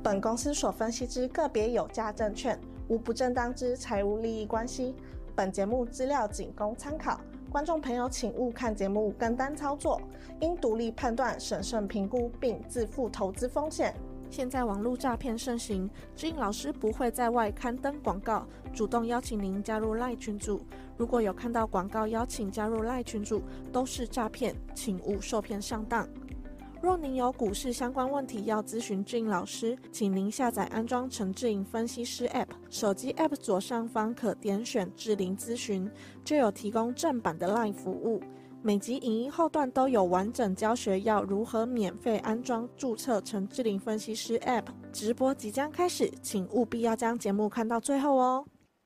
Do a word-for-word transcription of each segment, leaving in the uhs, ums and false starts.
本公司所分析之个别有价证券，无不正当之财务利益关系。本节目资料仅供参考，观众朋友请勿看节目跟单操作，应独立判断、审慎评估并自负投资风险。现在网络诈骗盛行，志颖老师不会在外刊登广告，主动邀请您加入 LINE 群组。如果有看到广告邀请加入 LINE 群组，都是诈骗，请勿受骗上当。若您有股市相关问题要咨询志颖老师，请您下载安装陈志颖分析师 App， 手机 App 左上方可点选智霖咨询，就有提供正版的 LINE 服务。每集影音后段都有完整教学，要如何免费安装注册陈志霖分析师 App。 直播即将开始，请务必要将节目看到最后哦。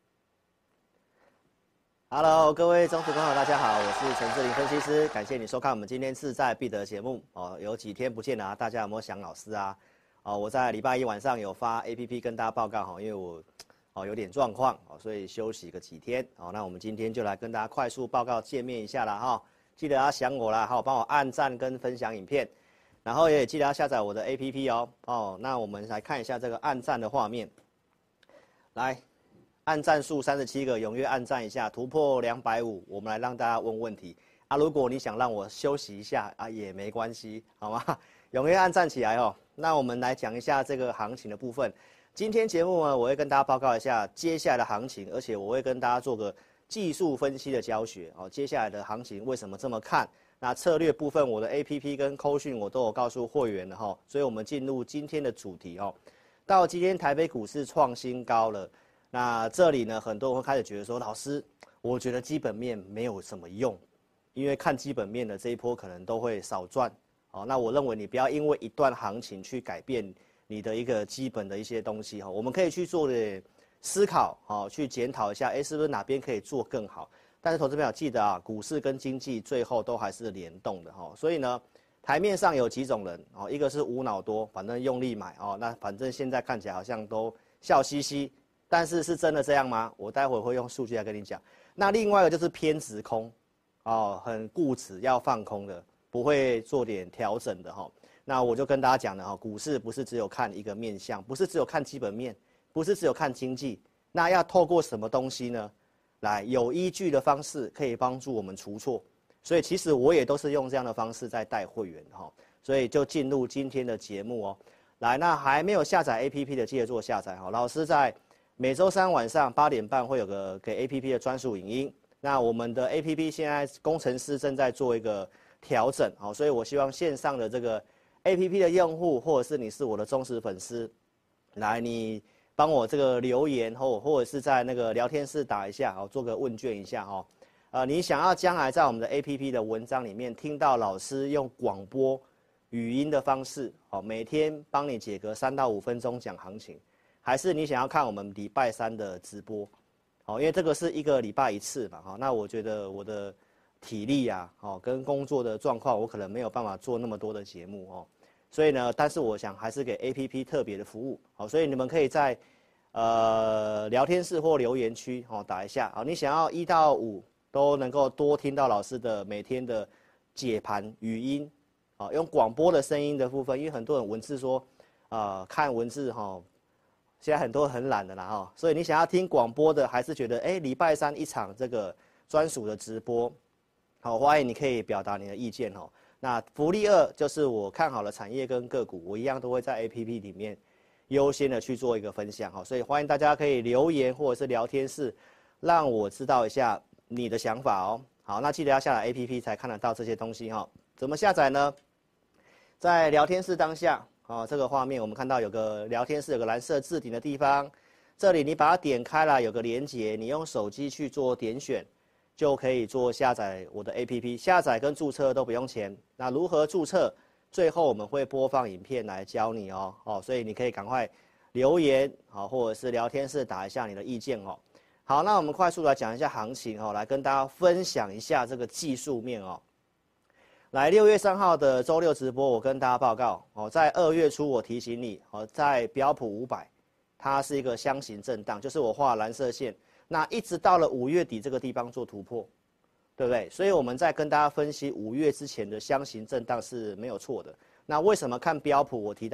Hello， 各位中途观众大家好，我是陈志霖分析师，感谢你收看我们今天志在必得节目哦。有几天不见了啊，大家有没有想老师啊？哦，我在礼拜一晚上有发 A P P 跟大家报告哈，因为我哦有点状况哦，所以休息个几天哦。那我们今天就来跟大家快速报告见面一下啦哈，记得要想我啦，好，帮我按赞跟分享影片，然后也记得要下载我的 A P P 哦哦。那我们来看一下这个按赞的画面，来。按赞数三十七个，踊跃按赞一下，突破两百五，我们来让大家问问题啊。如果你想让我休息一下啊，也没关系，好吗？踊跃按赞起来哦。那我们来讲一下这个行情的部分。今天节目呢，我会跟大家报告一下接下来的行情，而且我会跟大家做个技术分析的教学哦。接下来的行情为什么这么看？那策略部分，我的 A P P 跟扣讯我都有告诉会员了哈。所以我们进入今天的主题哦。到今天台北股市创新高了。那这里呢，很多人会开始觉得说，老师，我觉得基本面没有什么用，因为看基本面的这一波可能都会少赚。哦，那我认为你不要因为一段行情去改变你的一个基本的一些东西哈。我们可以去做的思考，哦，去检讨一下，哎，是不是哪边可以做更好？但是投资朋友记得啊，股市跟经济最后都还是联动的哈。所以呢，台面上有几种人哦，一个是无脑多，反正用力买哦，那反正现在看起来好像都笑嘻嘻。但是是真的这样吗？我待会会用数据来跟你讲。那另外一个就是偏执空，哦，很固执要放空的，不会做点调整的哈、哦。那我就跟大家讲了哈，股市不是只有看一个面向，不是只有看基本面，不是只有看经济，那要透过什么东西呢？来有依据的方式可以帮助我们除错。所以其实我也都是用这样的方式在带会员哈、哦。所以就进入今天的节目哦。来，那还没有下载 A P P 的记得做下载哈。老师在每周三晚上八点半会有个给 A P P 的专属影音。那我们的 A P P 现在工程师正在做一个调整，好，所以我希望线上的这个 A P P 的用户，或者是你是我的忠实粉丝，来你帮我这个留言或或者是在那个聊天室打一下，好，做个问卷一下哈。呃，你想要将来在我们的 A P P 的文章里面听到老师用广播语音的方式，好，每天帮你解个三到五分钟讲行情。还是你想要看我们礼拜三的直播，好，因为这个是一个礼拜一次嘛，好，那我觉得我的体力啊，好，跟工作的状况，我可能没有办法做那么多的节目哦，所以呢，但是我想还是给 A P P 特别的服务，好，所以你们可以在呃聊天室或留言区哦打一下，好，你想要一到五都能够多听到老师的每天的解盘语音，好，用广播的声音的部分，因为很多人文字说，呃，看文字哈。现在很多很懒的啦哈，所以你想要听广播的，还是觉得哎礼拜三一场这个专属的直播，好，欢迎你可以表达你的意见哦。那福利二就是我看好了产业跟个股，我一样都会在 A P P 里面优先的去做一个分享哈，所以欢迎大家可以留言或者是聊天室，让我知道一下你的想法哦。好，那记得要下载 A P P 才看得到这些东西哈。怎么下载呢？在聊天室当下。哦，这个画面我们看到有个聊天室，有个蓝色置顶的地方，这里你把它点开了，有个连结，你用手机去做点选，就可以做下载我的 A P P， 下载跟注册都不用钱。那如何注册？最后我们会播放影片来教你哦。哦，所以你可以赶快留言，好，或者是聊天室打一下你的意见哦。好，那我们快速来讲一下行情哦，来跟大家分享一下这个技术面哦。来，六月三号的周六直播，我跟大家报告哦，在二月初我提醒你哦，在标普五百，它是一个箱型震荡，就是我画蓝色线，那一直到了五月底这个地方做突破，对不对？所以我们在跟大家分析五月之前的箱型震荡是没有错的。那为什么看标普？我提到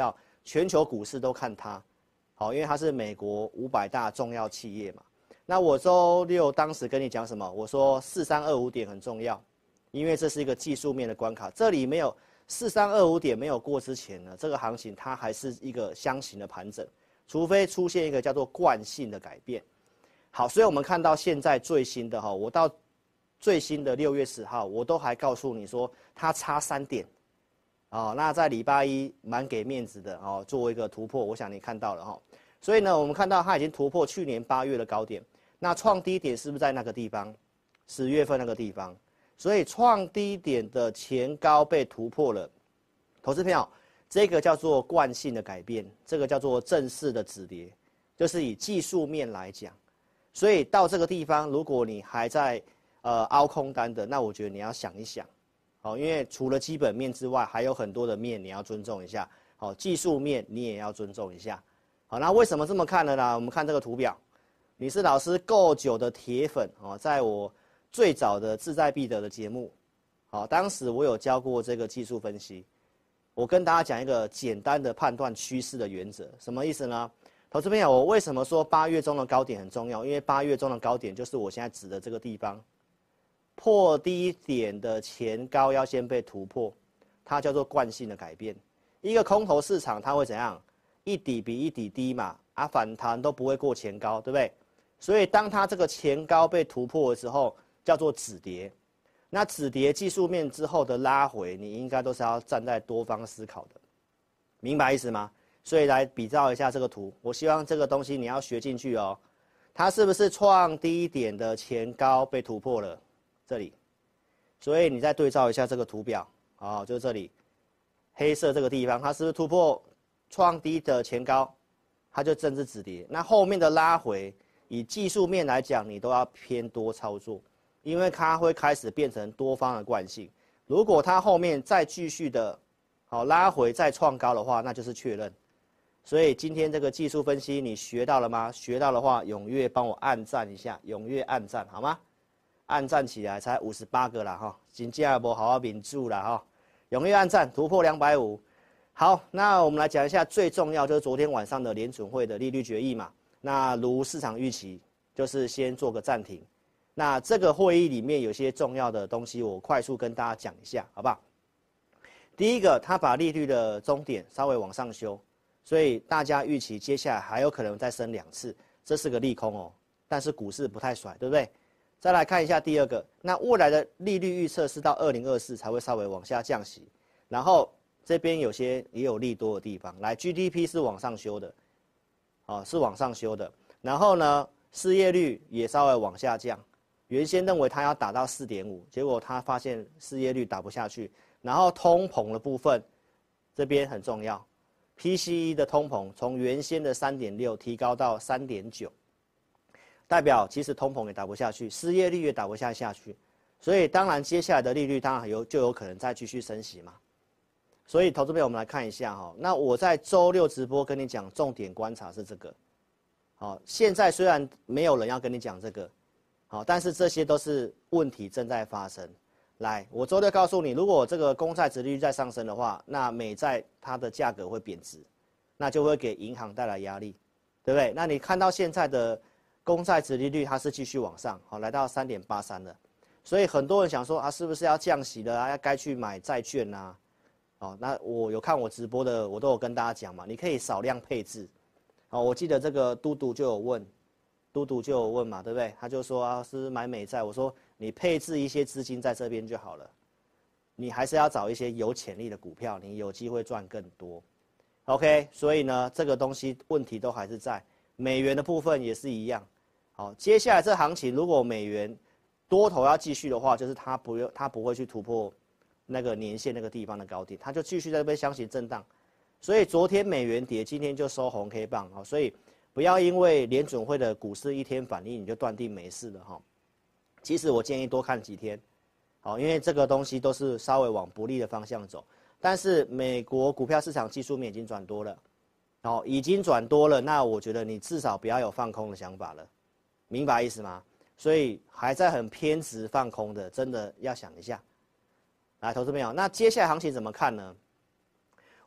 全球股市都看它，好，因为它是美国五百大重要企业嘛。那我周六当时跟你讲什么？我说四三二五点很重要，因为这是一个技术面的关卡，这里没有四三二五点没有过之前呢，这个行情它还是一个箱型的盘整，除非出现一个叫做惯性的改变。好，所以我们看到现在最新的哈，我到最新的六月十号，我都还告诉你说它差三点，哦，那在礼拜一蛮给面子的哦，作为一个突破，我想你看到了哈。所以呢，我们看到它已经突破去年八月的高点，那创低点是不是在那个地方？十月份那个地方，所以创低点的前高被突破了。投资朋友，这个叫做惯性的改变，这个叫做正式的止跌，就是以技术面来讲。所以到这个地方，如果你还在呃凹空单的，那我觉得你要想一想，好，因为除了基本面之外，还有很多的面你要尊重一下，好，技术面你也要尊重一下，好，那为什么这么看呢？啦，我们看这个图表，你是老师够久的铁粉哦，在我最早的志在必得的节目，好，当时我有教过这个技术分析，我跟大家讲一个简单的判断趋势的原则，什么意思呢？投资朋友，我为什么说八月中的高点很重要？因为八月中的高点就是我现在指的这个地方，破低点的前高要先被突破，它叫做惯性的改变。一个空头市场它会怎样？一底比一底低嘛，啊反弹都不会过前高，对不对？所以当它这个前高被突破的时候，叫做止跌。那止跌技术面之后的拉回，你应该都是要站在多方思考的，明白意思吗？所以来比照一下这个图，我希望这个东西你要学进去哦。它是不是创低点的前高被突破了？这里，所以你再对照一下这个图表，啊，就是这里，黑色这个地方，它是不是突破创低的前高？它就正式止跌。那后面的拉回，以技术面来讲，你都要偏多操作，因为它会开始变成多方的惯性。如果它后面再继续的，好拉回再创高的话，那就是确认。所以今天这个技术分析你学到了吗？学到的话，踊跃帮我按赞一下，踊跃按赞好吗？按赞起来才五十八个啦哈，真正无好好民主啦哈，踊跃按赞突破两百五。好，那我们来讲一下最重要，就是昨天晚上的联准会的利率决议嘛。那如市场预期，就是先做个暂停。那这个会议里面有些重要的东西，我快速跟大家讲一下，好不好？第一个，他把利率的终点稍微往上修。所以大家预期接下来还有可能再升两次，这是个利空哦。但是股市不太甩，对不对？再来看一下第二个，那未来的利率预测是到二零二四才会稍微往下降息，然后这边有些也有利多的地方。来 ，G D P 是往上修的，哦，是往上修的。然后呢，失业率也稍微往下降，原先认为它要打到 四点五， 结果他发现失业率打不下去。然后通膨的部分，这边很重要。P C E 的通膨从原先的 三点六 提高到 三点九， 代表其实通膨也打不下去，失业率也打不下下去，所以当然接下来的利率当然有就有可能再继续升息嘛。所以投资朋友我们来看一下哈，那我在周六直播跟你讲重点观察是这个，好，现在虽然没有人要跟你讲这个，好，但是这些都是问题正在发生。来，我周六告诉你，如果这个公债殖利率再上升的话，那美债它的价格会贬值，那就会给银行带来压力，对不对？那你看到现在的公债殖利率它是继续往上，好，来到 三点八三 了，所以很多人想说啊，是不是要降息了啊？要该去买债券啊？哦，那我有看我直播的，我都有跟大家讲嘛，你可以少量配置。哦，我记得这个嘟嘟就有问，嘟嘟就有问嘛，对不对？他就说啊，是买美债，我说。你配置一些资金在这边就好了，你还是要找一些有潜力的股票，你有机会赚更多。OK， 所以呢，这个东西问题都还是在美元的部分也是一样。好，接下来这行情如果美元多头要继续的话，就是它不用它不会去突破那个年线那个地方的高点，它就继续在这边箱型震荡。所以昨天美元跌，今天就收红 K 棒啊，所以不要因为联准会的股市一天反应你就断定没事了哈。其实我建议多看几天，好，因为这个东西都是稍微往不利的方向走。但是美国股票市场技术面已经转多了，哦，已经转多了，那我觉得你至少不要有放空的想法了，明白意思吗？所以还在很偏执放空的，真的要想一下。来，投资朋友，那接下来行情怎么看呢？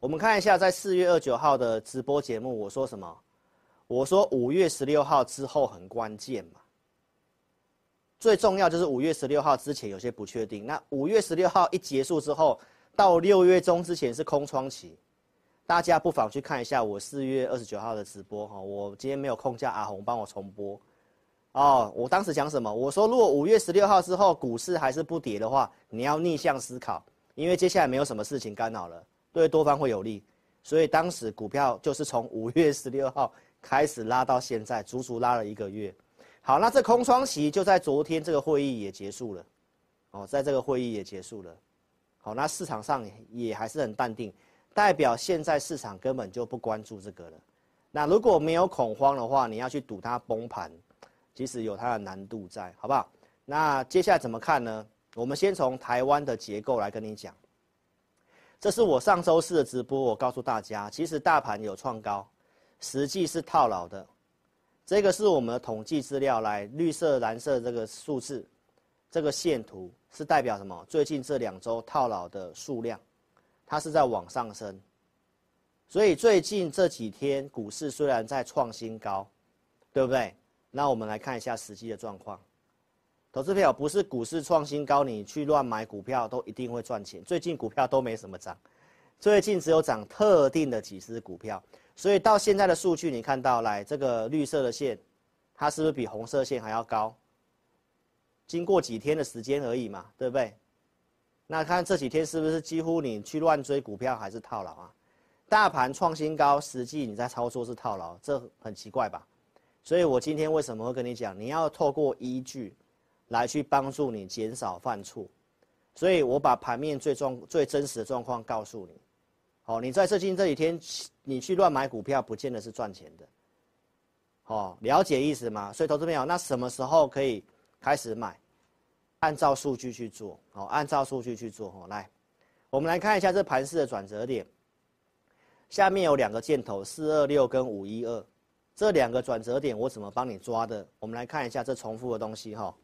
我们看一下，在四月二十九号的直播节目，我说什么？我说五月十六号之后很关键嘛。最重要就是五月十六号之前有些不确定。那五月十六号一结束之后，到六月中之前是空窗期，大家不妨去看一下我四月二十九号的直播哈。我今天没有空叫阿红帮我重播。哦，我当时讲什么？我说如果五月十六号之后股市还是不跌的话，你要逆向思考，因为接下来没有什么事情干扰了，对多方会有利。所以当时股票就是从五月十六号开始拉到现在，足足拉了一个月。好，那这空窗期就在昨天这个会议也结束了，哦，在这个会议也结束了。好，那市场上也还是很淡定，代表现在市场根本就不关注这个了。那如果没有恐慌的话，你要去赌它崩盘，其实有它的难度在，好不好？那接下来怎么看呢？我们先从台湾的结构来跟你讲。这是我上周四的直播，我告诉大家，其实大盘有创高，实际是套牢的。这个是我们的统计资料，来绿色、蓝色这个数字，这个线图是代表什么？最近这两周套牢的数量，它是在往上升。所以最近这几天股市虽然在创新高，对不对？那我们来看一下实际的状况。投资朋友，不是股市创新高，你去乱买股票都一定会赚钱。最近股票都没什么涨，最近只有涨特定的几只股票。所以到现在的数据，你看到来这个绿色的线，它是不是比红色线还要高？经过几天的时间而已嘛，对不对？那看这几天是不是几乎你去乱追股票还是套牢啊？大盘创新高，实际你在操作是套牢，这很奇怪吧？所以我今天为什么会跟你讲，你要透过依据来去帮助你减少犯错。所以我把盘面最状最真实的状况告诉你。好，你在最近这几天，你去乱买股票，不见得是赚钱的。哦，了解意思吗？所以投资朋友，那什么时候可以开始买？按照数据去做，哦，按照数据去做。哦，来，我们来看一下这盘势的转折点。下面有两个箭头，四二六跟五一二，这两个转折点我怎么帮你抓的？我们来看一下这重复的东西哈。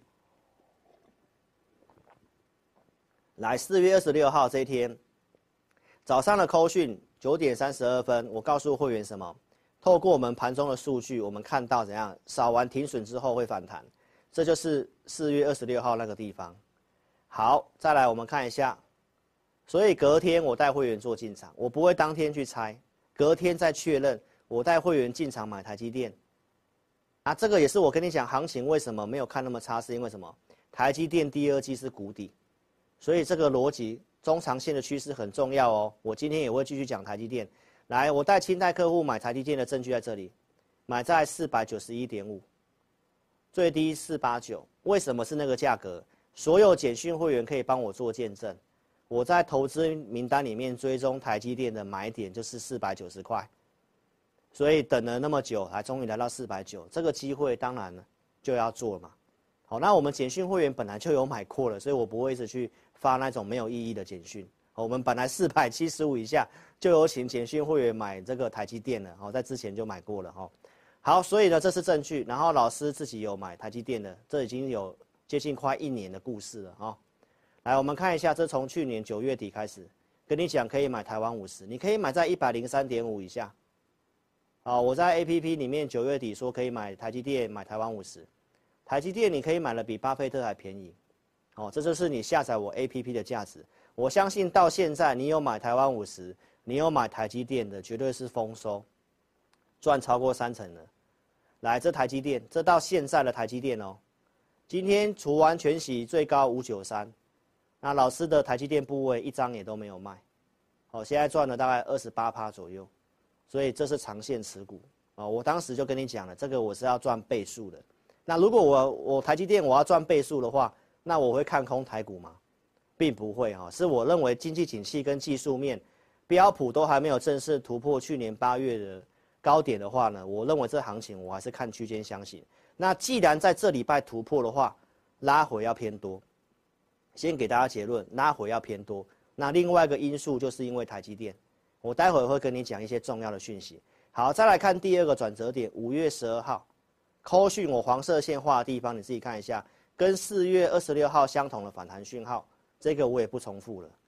来，四月二十六号这一天。早上的扣讯九点三十二分，我告诉会员什么？透过我们盘中的数据，我们看到怎样扫完停损之后会反弹，这就是四月二十六号那个地方。好，再来我们看一下，所以隔天我带会员做进场，我不会当天去猜，隔天再确认，我带会员进场买台积电。啊，这个也是我跟你讲，行情为什么没有看那么差，是因为什么？台积电第二季是谷底，所以这个逻辑。中长线的趋势很重要哦，我今天也会继续讲台积电。来，我带清代客户买台积电的证据在这里，买在四百九十一点五，最低四百八十九。为什么是那个价格？所有简讯会员可以帮我做见证。我在投资名单里面追踪台积电的买点就是四百九十块，所以等了那么久，还终于来到四百九十，这个机会当然呢就要做嘛。好，那我们简讯会员本来就有买过了，所以我不会一直去发那种没有意义的简讯。我们本来四百七十五以下就有请简讯会员买这个台积电了，在之前就买过了哈。好，所以呢这是证据，然后老师自己有买台积电的，这已经有接近快一年的故事了哈。来，我们看一下，这从去年九月底开始跟你讲可以买台湾五十，你可以买在一百零三点五以下。好，我在 A P P 里面九月底说可以买台积电，买台湾五十。台积电你可以买的比巴菲特还便宜，哦，这就是你下载我 A P P 的价值。我相信到现在你有买台湾五十，你有买台积电的，绝对是丰收，赚超过三成了。来，这台积电，这到现在的台积电哦，今天除完全息最高五九三，那老师的台积电部位一张也都没有卖，哦，现在赚了大概二十八趴左右，所以这是长线持股哦。我当时就跟你讲了，这个我是要赚倍数的。那如果我我台积电我要赚倍数的话，那我会看空台股吗？并不会哈，是我认为经济景气跟技术面，标普都还没有正式突破去年八月的高点的话呢，我认为这行情我还是看区间箱型。那既然在这礼拜突破的话，拉回要偏多。先给大家结论，拉回要偏多。那另外一个因素就是因为台积电，我待会会跟你讲一些重要的讯息。好，再来看第二个转折点，五月十二号。扣讯我黄色线画的地方，你自己看一下，跟四月二十六号相同的反弹讯号，这个我也不重复了。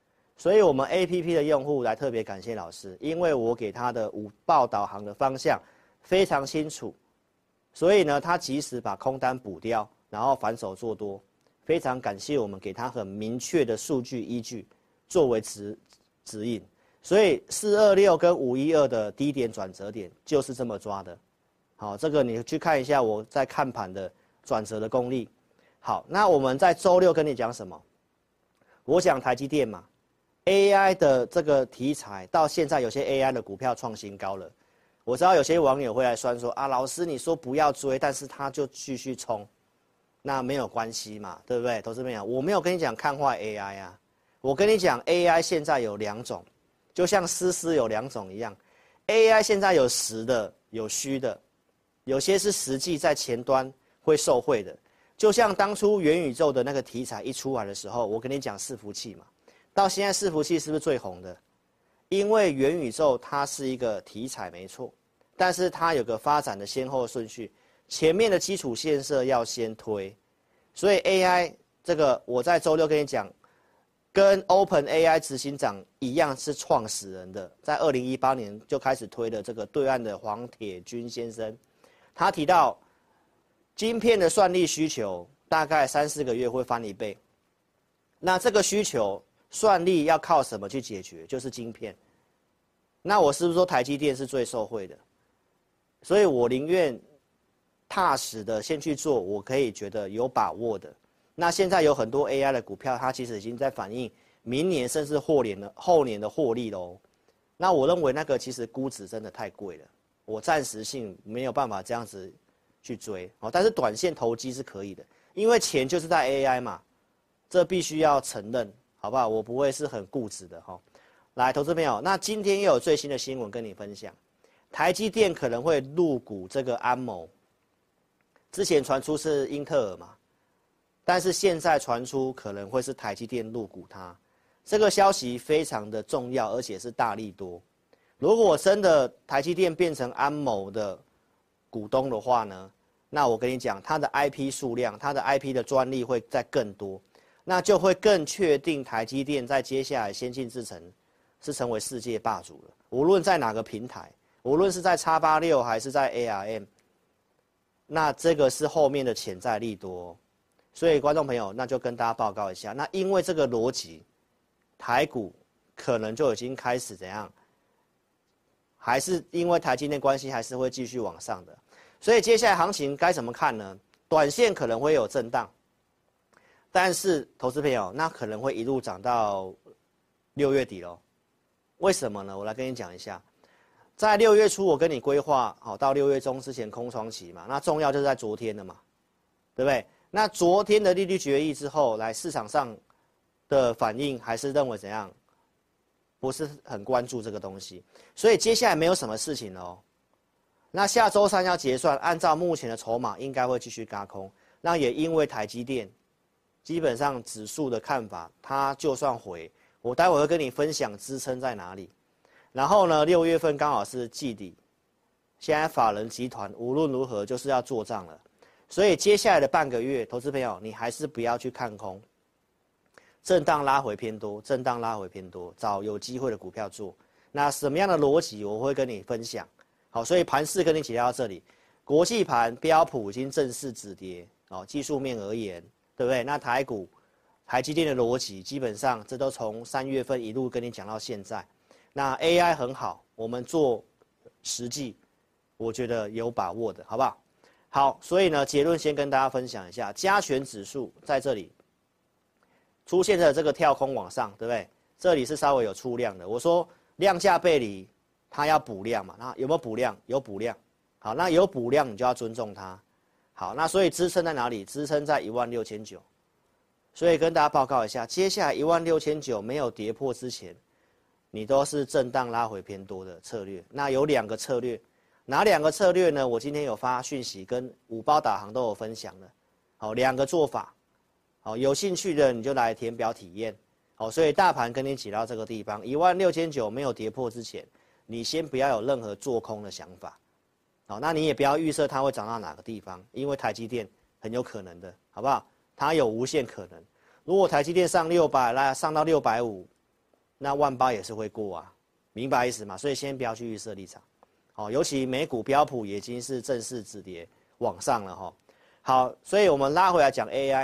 所以我们 A P P 的用户来特别感谢老师，因为我给他的午报导航的方向非常清楚，所以呢，他及时把空单补掉，然后反手做多，非常感谢我们给他很明确的数据依据作为指指引。所以四二六跟五一二的低点转折点就是这么抓的。好，这个你去看一下我在看盘的转折的功力。好，那我们在周六跟你讲什么？我讲台积电嘛 ，A I 的这个题材到现在有些 A I 的股票创新高了。我知道有些网友会来酸说啊，老师你说不要追，但是他就继续冲，那没有关系嘛，对不对？投资朋友，我没有跟你讲看坏 A I 啊，我跟你讲 A I 现在有两种。就像丝丝有两种一样 ，A I 现在有实的，有虚的，有些是实际在前端会受惠的。就像当初元宇宙的那个题材一出来的时候，我跟你讲伺服器嘛，到现在伺服器是不是最红的？因为元宇宙它是一个题材没错，但是它有个发展的先后顺序，前面的基础建设要先推，所以 A I 这个我在周六跟你讲。跟 OpenAI 执行长一样是创始人的，在二零一八年就开始推的这个对岸的黄铁军先生，他提到，晶片的算力需求大概三四个月会翻一倍，那这个需求算力要靠什么去解决？就是晶片。那我是不是说台积电是最受惠的？所以我宁愿踏实的先去做，我可以觉得有把握的。那现在有很多 A I 的股票，它其实已经在反映明年甚至后年的后年的获利喽。那我认为那个其实估值真的太贵了，我暂时性没有办法这样子去追哦。但是短线投机是可以的，因为钱就是在 A I 嘛，这必须要承认，好不好？我不会是很固执的哈。来，投资朋友，那今天又有最新的新闻跟你分享，台积电可能会入股这个安谋，之前传出是英特尔嘛。但是现在传出可能会是台积电入股它，这个消息非常的重要，而且是大利多。如果真的台积电变成安谋的股东的话呢，那我跟你讲，它的 I P 数量，它的 I P 的专利会再更多，那就会更确定台积电在接下来先进制程是成为世界霸主了。无论在哪个平台，无论是在 X 八十六 还是在 A R M， 那这个是后面的潜在利多哦。所以观众朋友，那就跟大家报告一下，那因为这个逻辑，台股可能就已经开始怎样，还是因为台积电关系，还是会继续往上的。所以接下来行情该怎么看呢？短线可能会有震荡，但是投资朋友，那可能会一路涨到六月底咯。为什么呢？我来跟你讲一下，在六月初我跟你规划好到六月中之前空窗期嘛，那重要就是在昨天的嘛，对不对？那昨天的利率决议之后，来市场上的反应还是认为怎样？不是很关注这个东西，所以接下来没有什么事情哦。那下周三要结算，按照目前的筹码，应该会继续軋空。那也因为台积电，基本上指数的看法，它就算回，我待会会跟你分享支撑在哪里。然后呢，六月份刚好是季底，现在法人集团无论如何就是要做账了。所以接下来的半个月，投资朋友你还是不要去看空，震荡拉回偏多，震荡拉回偏多，找有机会的股票做。那什么样的逻辑我会跟你分享。好，所以盘势跟你解到这里，国际盘标普已经正式止跌，哦，技术面而言，对不对？那台股，台积电的逻辑基本上这都从三月份一路跟你讲到现在。那 A I 很好，我们做实际，我觉得有把握的，好不好？好，所以呢，结论先跟大家分享一下，加权指数在这里出现的这个跳空往上，对不对？这里是稍微有出量的。我说量价背离，它要补量嘛，那有没有补量？有补量。好，那有补量你就要尊重它。好，那所以支撑在哪里？支撑在一万六千九。所以跟大家报告一下，接下来一万六千九没有跌破之前，你都是震荡拉回偏多的策略。那有两个策略。哪两个策略呢？我今天有发讯息，跟五包导航都有分享了。好，两个做法。好，有兴趣的你就来填表体验。好，所以大盘跟你挤到这个地方，一万六千九没有跌破之前，你先不要有任何做空的想法。好，那你也不要预设它会涨到哪个地方，因为台积电很有可能的，好不好？它有无限可能。如果台积电上六百，来上到六百五， 那万八也是会过啊，明白意思吗？所以先不要去预设立场，好，尤其美股标普也已经是正式止跌往上了哈。好，所以我们拉回来讲 A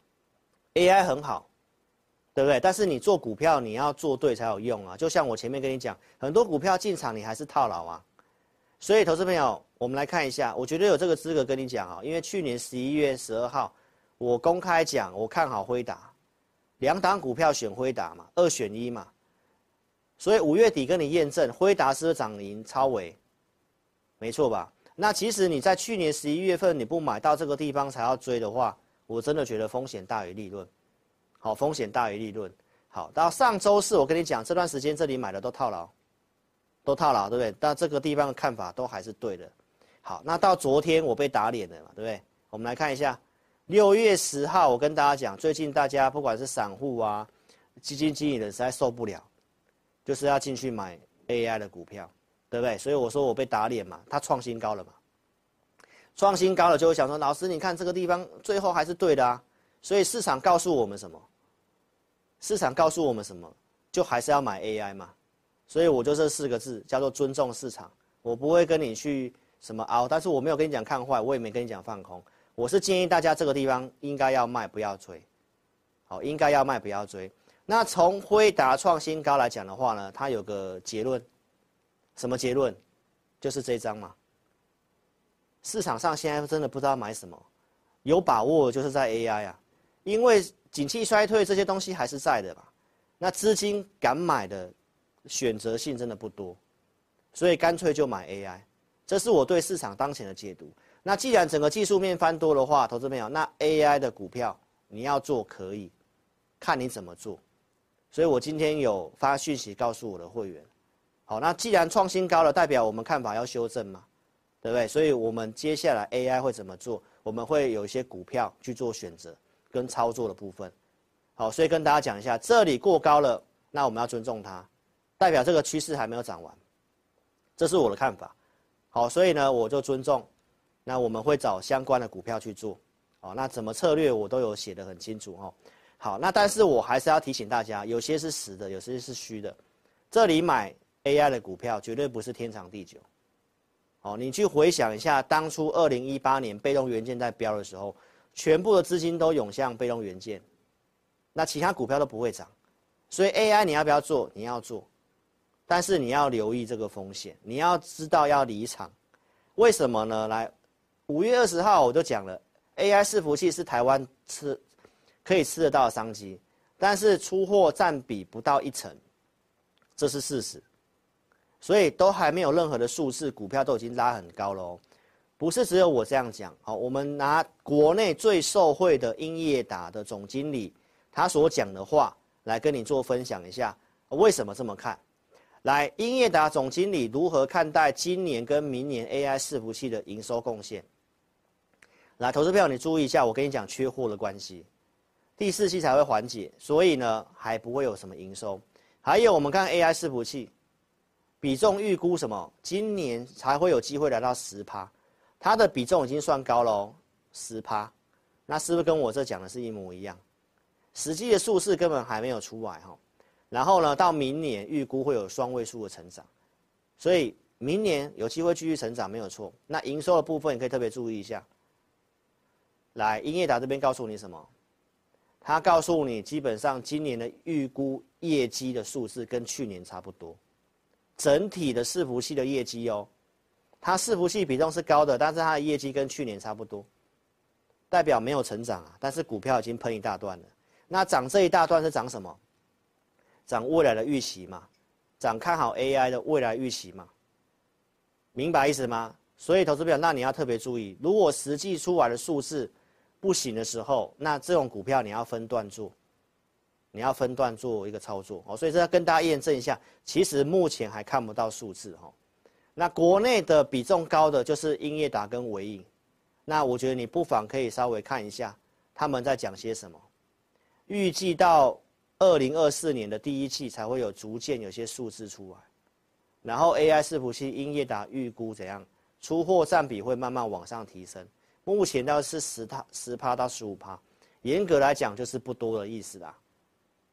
I，A I 很好，对不对？但是你做股票你要做对才有用啊。就像我前面跟你讲，很多股票进场你还是套牢啊。所以投资朋友，我们来看一下，我觉得有这个资格跟你讲啊，因为去年十一月十二号，我公开讲我看好辉达，两档股票选辉达嘛，二选一嘛。所以五月底跟你验证，辉达是涨赢超微，没错吧？那其实你在去年十一月份你不买到这个地方才要追的话，我真的觉得风险大于利润。好，风险大于利润。好，到上周四我跟你讲，这段时间这里买的都套牢，都套牢，对不对？但这个地方的看法都还是对的。好，那到昨天我被打脸了嘛，对不对？我们来看一下，六月十号我跟大家讲，最近大家不管是散户啊、基金经理人实在受不了。就是要进去买 A I 的股票，对不对？所以我说我被打脸嘛，它创新高了嘛，创新高了就会想说，老师你看这个地方最后还是对的啊。所以市场告诉我们什么？市场告诉我们什么？就还是要买 A I 嘛。所以我就这四个字叫做尊重市场，我不会跟你去什么凹，但是我没有跟你讲看坏，我也没跟你讲放空，我是建议大家这个地方应该要卖，不要追。好，应该要卖，不要追。那从辉达创新高来讲的话呢，它有个结论，什么结论？就是这张嘛。市场上现在真的不知道买什么，有把握就是在 A I 啊，因为景气衰退这些东西还是在的嘛。那资金敢买的选择性真的不多，所以干脆就买 A I。这是我对市场当前的解读。那既然整个技术面翻多的话，投资朋友，那 A I 的股票你要做可以，看你怎么做。所以我今天有发讯息告诉我的会员，好，那既然创新高了，代表我们看法要修正嘛，对不对？所以我们接下来 A I 会怎么做？我们会有一些股票去做选择跟操作的部分，好，所以跟大家讲一下，这里过高了，那我们要尊重它，代表这个趋势还没有涨完，这是我的看法，好，所以呢我就尊重，那我们会找相关的股票去做，好，那怎么策略我都有写得很清楚哈。好，那但是我还是要提醒大家，有些是实的，有些是虚的。这里买 A I 的股票绝对不是天长地久。好，你去回想一下，当初二零一八年被动元件在飙的时候，全部的资金都涌向被动元件，那其他股票都不会涨。所以 A I 你要不要做？你要做，但是你要留意这个风险，你要知道要离场。为什么呢？来，五月二十号我就讲了 ，A I 伺服器是台湾吃。可以吃得到的商机，但是出货占比不到一成，这是事实。所以都还没有任何的数字，股票都已经拉很高了哦。不是只有我这样讲，好，我们拿国内最受惠的英业达的总经理他所讲的话来跟你做分享一下，为什么这么看？来，英业达总经理如何看待今年跟明年 A I 伺服器的营收贡献？来，投资票你注意一下，我跟你讲缺货的关系。第四季才会缓解，所以呢还不会有什么营收。还有我们看 A I 伺服器比重预估什么？今年才会有机会来到 百分之十， 它的比重已经算高了哦 百分之十， 那是不是跟我这讲的是一模一样？实际的数字根本还没有出来哈。然后呢，到明年预估会有双位数的成长，所以明年有机会继续成长没有错。那营收的部分你可以特别注意一下。来，英业达这边告诉你什么？他告诉你，基本上今年的预估业绩的数字跟去年差不多，整体的伺服器的业绩哦，它伺服器比重是高的，但是它的业绩跟去年差不多，代表没有成长啊，但是股票已经喷一大段了。那涨这一大段是涨什么？涨未来的预期嘛，涨看好 A I 的未来预期嘛，明白意思吗？所以投资表，那你要特别注意，如果实际出来的数字不行的时候，那这种股票你要分段做，你要分段做一个操作哦。所以这要跟大家验证一下，其实目前还看不到数字哈。那国内的比重高的就是英业达跟微影，那我觉得你不妨可以稍微看一下他们在讲些什么。预计到二零二四年的第一季才会有逐渐有些数字出来，然后 A I 伺服器英业达预估怎样，出货占比会慢慢往上提升。目前倒是十趴十趴到十五趴，严格来讲就是不多的意思啦。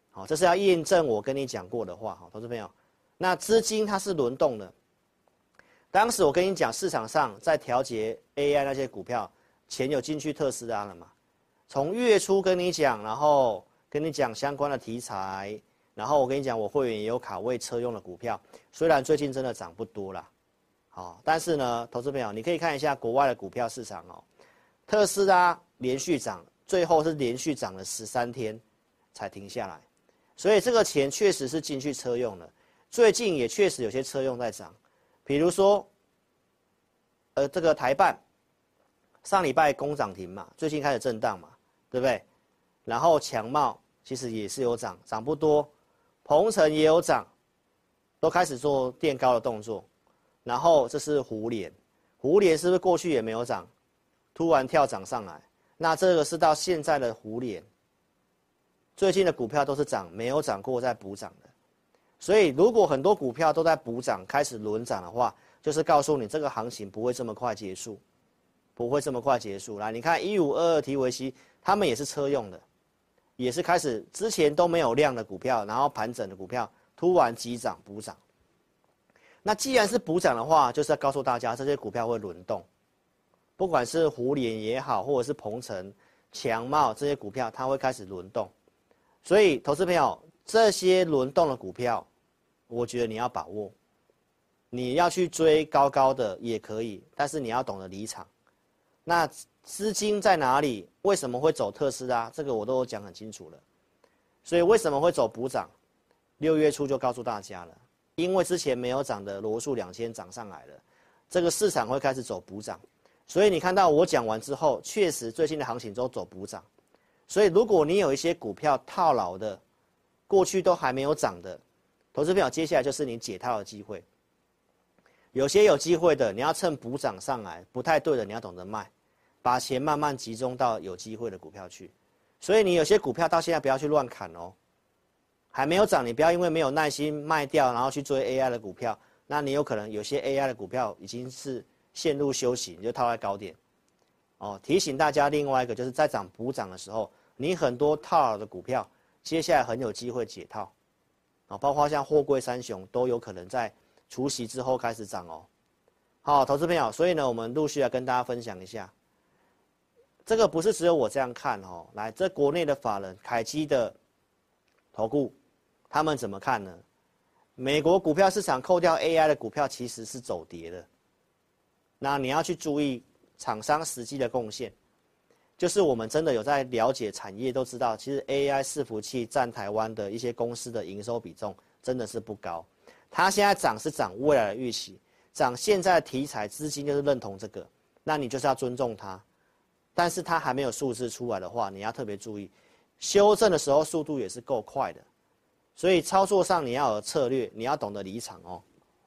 好，这是要验证我跟你讲过的话，好，投资朋友，那资金它是轮动的。当时我跟你讲，市场上在调节 A I 那些股票，钱有进去特斯拉了嘛？从月初跟你讲，然后跟你讲相关的题材，然后我跟你讲，我会员也有卡位车用的股票，虽然最近真的涨不多啦，好，但是呢，投资朋友，你可以看一下国外的股票市场哦，特斯拉连续涨，最后是连续涨了十三天才停下来，所以这个钱确实是进去车用了，最近也确实有些车用在涨。比如说，呃，这个台办上礼拜攻涨停嘛，最近开始震荡嘛，对不对？然后强茂其实也是有涨，涨不多，鹏程也有涨，都开始做垫高的动作。然后这是胡联，胡联是不是过去也没有涨，突然跳涨上来？那这个是到现在的胡联，最近的股票都是涨，没有涨过再补涨的。所以，如果很多股票都在补涨、开始轮涨的话，就是告诉你这个行情不会这么快结束，不会这么快结束。来，你看一五二二提维西，他们也是车用的，也是开始之前都没有量的股票，然后盘整的股票突然急涨补涨。那既然是补涨的话，就是要告诉大家这些股票会轮动，不管是胡联也好，或者是鹏程、强茂这些股票，它会开始轮动。所以，投资朋友，这些轮动的股票，我觉得你要把握，你要去追高高的也可以，但是你要懂得离场。那资金在哪里？为什么会走特斯拉？这个我都有讲很清楚了。所以为什么会走补涨？六月初就告诉大家了，因为之前没有涨的罗素两千涨上来了，这个市场会开始走补涨。所以你看到我讲完之后，确实最近的行情都走补涨。所以如果你有一些股票套牢的，过去都还没有涨的，投资朋友，接下来就是你解套的机会。有些有机会的，你要趁补涨上来，不太对的，你要懂得卖，把钱慢慢集中到有机会的股票去。所以你有些股票到现在不要去乱砍哦，还没有涨，你不要因为没有耐心卖掉，然后去追 A I 的股票，那你有可能有些 A I 的股票已经是陷入休息，你就套在高点。哦，提醒大家另外一个就是在涨补涨的时候，你很多套牢的股票，接下来很有机会解套，啊，包括像货柜三雄都有可能在除息之后开始涨哦。好，投资朋友，所以呢，我们陆续来跟大家分享一下，这个不是只有我这样看哦。来，这国内的法人凯基的投顾，他们怎么看呢？美国股票市场扣掉 A I 的股票其实是走跌的，那你要去注意厂商实际的贡献。就是我们真的有在了解产业，都知道其实 A I 伺服器占台湾的一些公司的营收比重真的是不高。它现在涨是涨未来的预期，涨现在的题材资金就是认同这个，那你就是要尊重它。但是它还没有数字出来的话，你要特别注意，修正的时候速度也是够快的，所以操作上你要有策略，你要懂得离场哦。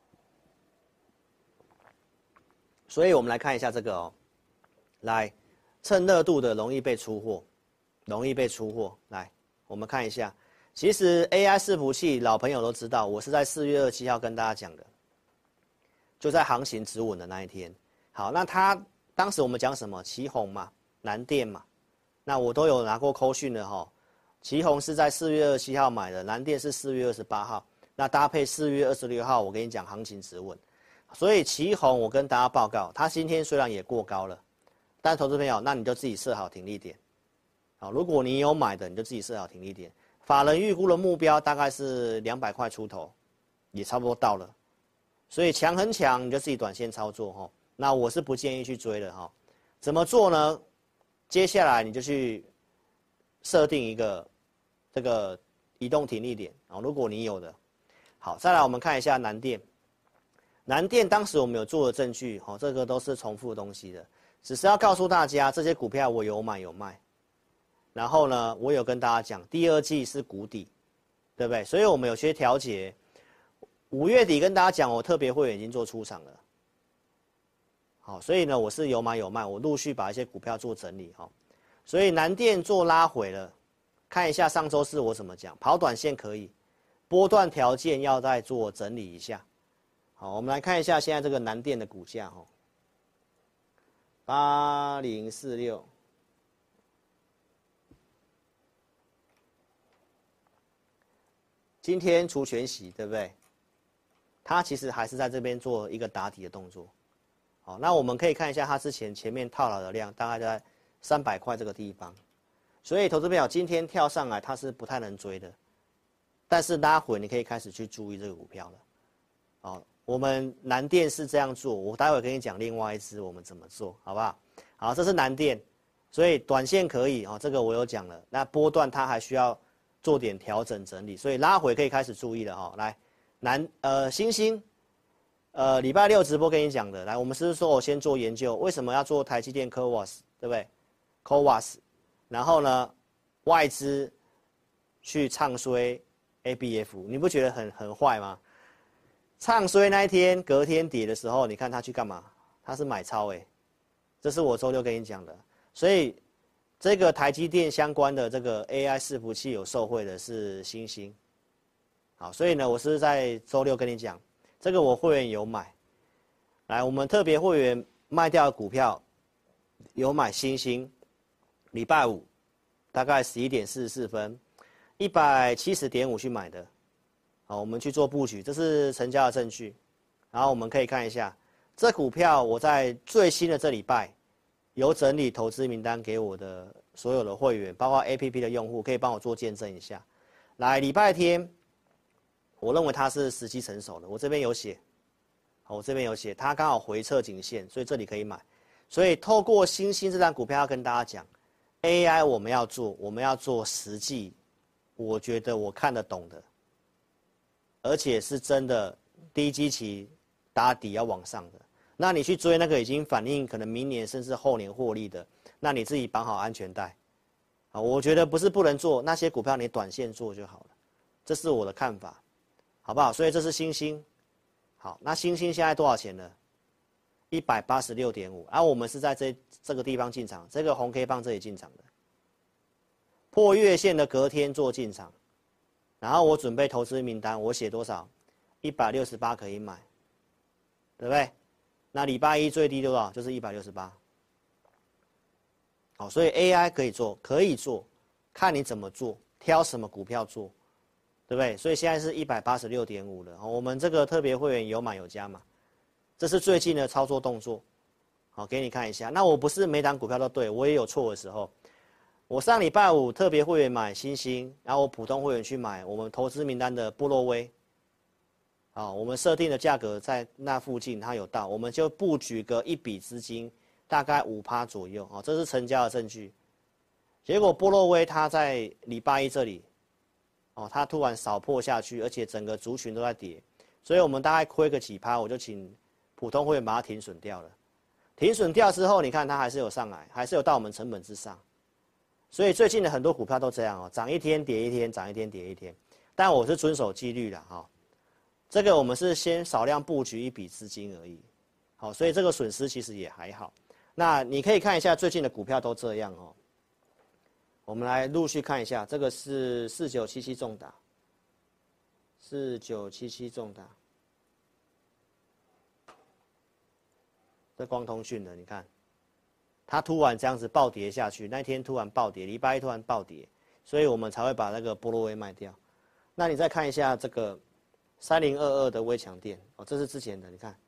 所以我们来看一下这个哦，来。趁热度的容易被出货，容易被出货。来，我们看一下，其实 A I 伺服器老朋友都知道，我是在四月二十七号跟大家讲的，就在行情止稳的那一天。好，那他当时我们讲什么？奇鋐嘛，南电嘛，那我都有拿过扣讯的哈。奇鋐是在四月二十七号买的，南电是四月二十八号，那搭配四月二十六号，我跟你讲行情止稳。所以奇鋐我跟大家报告，它今天虽然也过高了。但投资朋友，那你就自己设好停利点，好，如果你有买的，你就自己设好停利点。法人预估的目标大概是两百块出头，也差不多到了，所以强很强，你就自己短线操作哈。那我是不建议去追的哈。怎么做呢？接下来你就去设定一个这个移动停利点啊，如果你有的。好，再来我们看一下南电，南电当时我们有做的证据，哈，这个都是重复的东西的。只是要告诉大家，这些股票我有买有卖，然后呢，我有跟大家讲，第二季是谷底，对不对？所以我们有些调节。五月底跟大家讲，我特别会员已经做出场了，好，所以呢，我是有买有卖，我陆续把一些股票做整理哈。所以南电做拉回了，看一下上周四我怎么讲，跑短线可以，波段条件要再做整理一下。好，我们来看一下现在这个南电的股价哈。八零四六， 今天除权息，对不对？它其实还是在这边做一个打底的动作。好，那我们可以看一下它之前前面套牢的量，大概在三百块这个地方。所以投资朋友今天跳上来，它是不太能追的。但是拉回，你可以开始去注意这个股票了。好，我们南电是这样做，我待会跟你讲另外一支我们怎么做，好不好？好，这是南电，所以短线可以哦，这个我有讲了。那波段它还需要做点调整整理，所以拉回可以开始注意了哈。来，南呃星星，呃礼拜六直播跟你讲的，来，我们是不是说我先做研究，为什么要做台积电 C O W A S， 对不对 C O W A S， 然后呢，外资去唱衰 A B F， 你不觉得很很坏吗？唱衰那一天，隔天跌的时候，你看他去干嘛？他是买超哎，这是我周六跟你讲的。所以这个台积电相关的这个 A I 伺服器有受惠的是星星。好，所以呢，我是在周六跟你讲，这个我会员有买。来，我们特别会员卖掉的股票有买星星，礼拜五大概十一点四十四分，一百七十点五去买的。好，我们去做布局，这是成交的证据。然后我们可以看一下，这股票我在最新的这礼拜有整理投资名单给我的所有的会员，包括 A P P 的用户，可以帮我做见证一下。来，礼拜天，我认为它是时机成熟的，我这边有写，好，我这边有写，它刚好回撤颈线，所以这里可以买。所以透过星星这张股票要跟大家讲 ，A I 我们要做，我们要做实际，我觉得我看得懂的。而且是真的低基期打底要往上的，那你去追那个已经反映可能明年甚至后年获利的，那你自己绑好安全带，啊，我觉得不是不能做，那些股票你短线做就好了，这是我的看法，好不好？所以这是星星，好，那星星现在多少钱呢？一百八十六点五，而我们是在这这个地方进场，这个红 K 棒这里进场的，破月线的隔天做进场。然后我准备投资名单，我写多少？一百六十八可以买，对不对？那礼拜一最低多少？就是一百六十八。好，所以 A I 可以做，可以做，看你怎么做，挑什么股票做，对不对？所以现在是一百八十六点五了。我们这个特别会员有买有加嘛，这是最近的操作动作。好，给你看一下。那我不是每档股票都对，我也有错的时候。我上礼拜五特别会员买星星，然后我普通会员去买我们投资名单的部落威，啊，我们设定的价格在那附近，它有到，我们就布局个一笔资金，大概五趴左右，啊，这是成交的证据。结果部落威它在礼拜一这里，哦，它突然扫破下去，而且整个族群都在跌，所以我们大概亏个几趴，我就请普通会员把它停损掉了。停损掉之后，你看它还是有上来，还是有到我们成本之上。所以最近的很多股票都这样哦，涨一天跌一天，涨一天跌一天。但我是遵守纪律的哈，这个我们是先少量布局一笔资金而已，好，所以这个损失其实也还好。那你可以看一下最近的股票都这样哦。我们来陆续看一下，这个是四九七七重达，四九七七重达，这光通讯的，你看。它突然这样子暴跌下去，那天突然暴跌，礼拜一突然暴跌，所以我们才会把那个波罗威卖掉。那你再看一下这个三零二二的微强电哦，这是之前的，你看，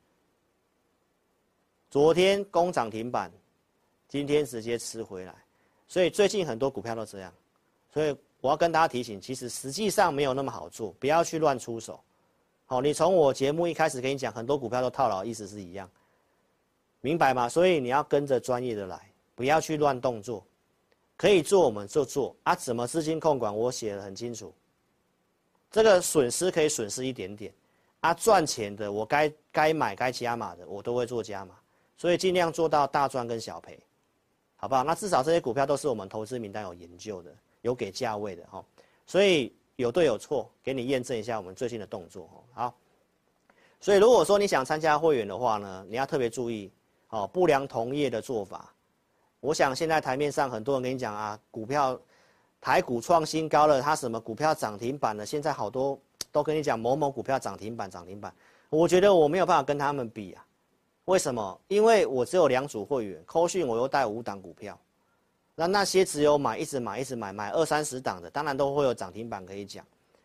昨天攻涨停板，今天直接吃回来，所以最近很多股票都这样，所以我要跟大家提醒，其实实际上没有那么好做，不要去乱出手。好，你从我节目一开始跟你讲，很多股票都套牢，意思是一样。明白吗？所以你要跟着专业的来，不要去乱动作。可以做我们就做啊，怎么资金控管我写得很清楚。这个损失可以损失一点点，啊，赚钱的我该该买该加码的我都会做加码，所以尽量做到大赚跟小赔，好不好？那至少这些股票都是我们投资名单有研究的，有给价位的哈，所以有对有错，给你验证一下我们最近的动作好。所以如果说你想参加会员的话呢，你要特别注意。哦，不良同业的做法，我想现在台面上很多人跟你讲啊，股票台股创新高了，它什么股票涨停板了，现在好多都跟你讲某某股票涨停板涨停板，我觉得我没有办法跟他们比啊，为什么？因为我只有两组会员，扣讯我又带五档股票，那那些只有买一直买一直买买二三十档的，当然都会有涨停板可以讲，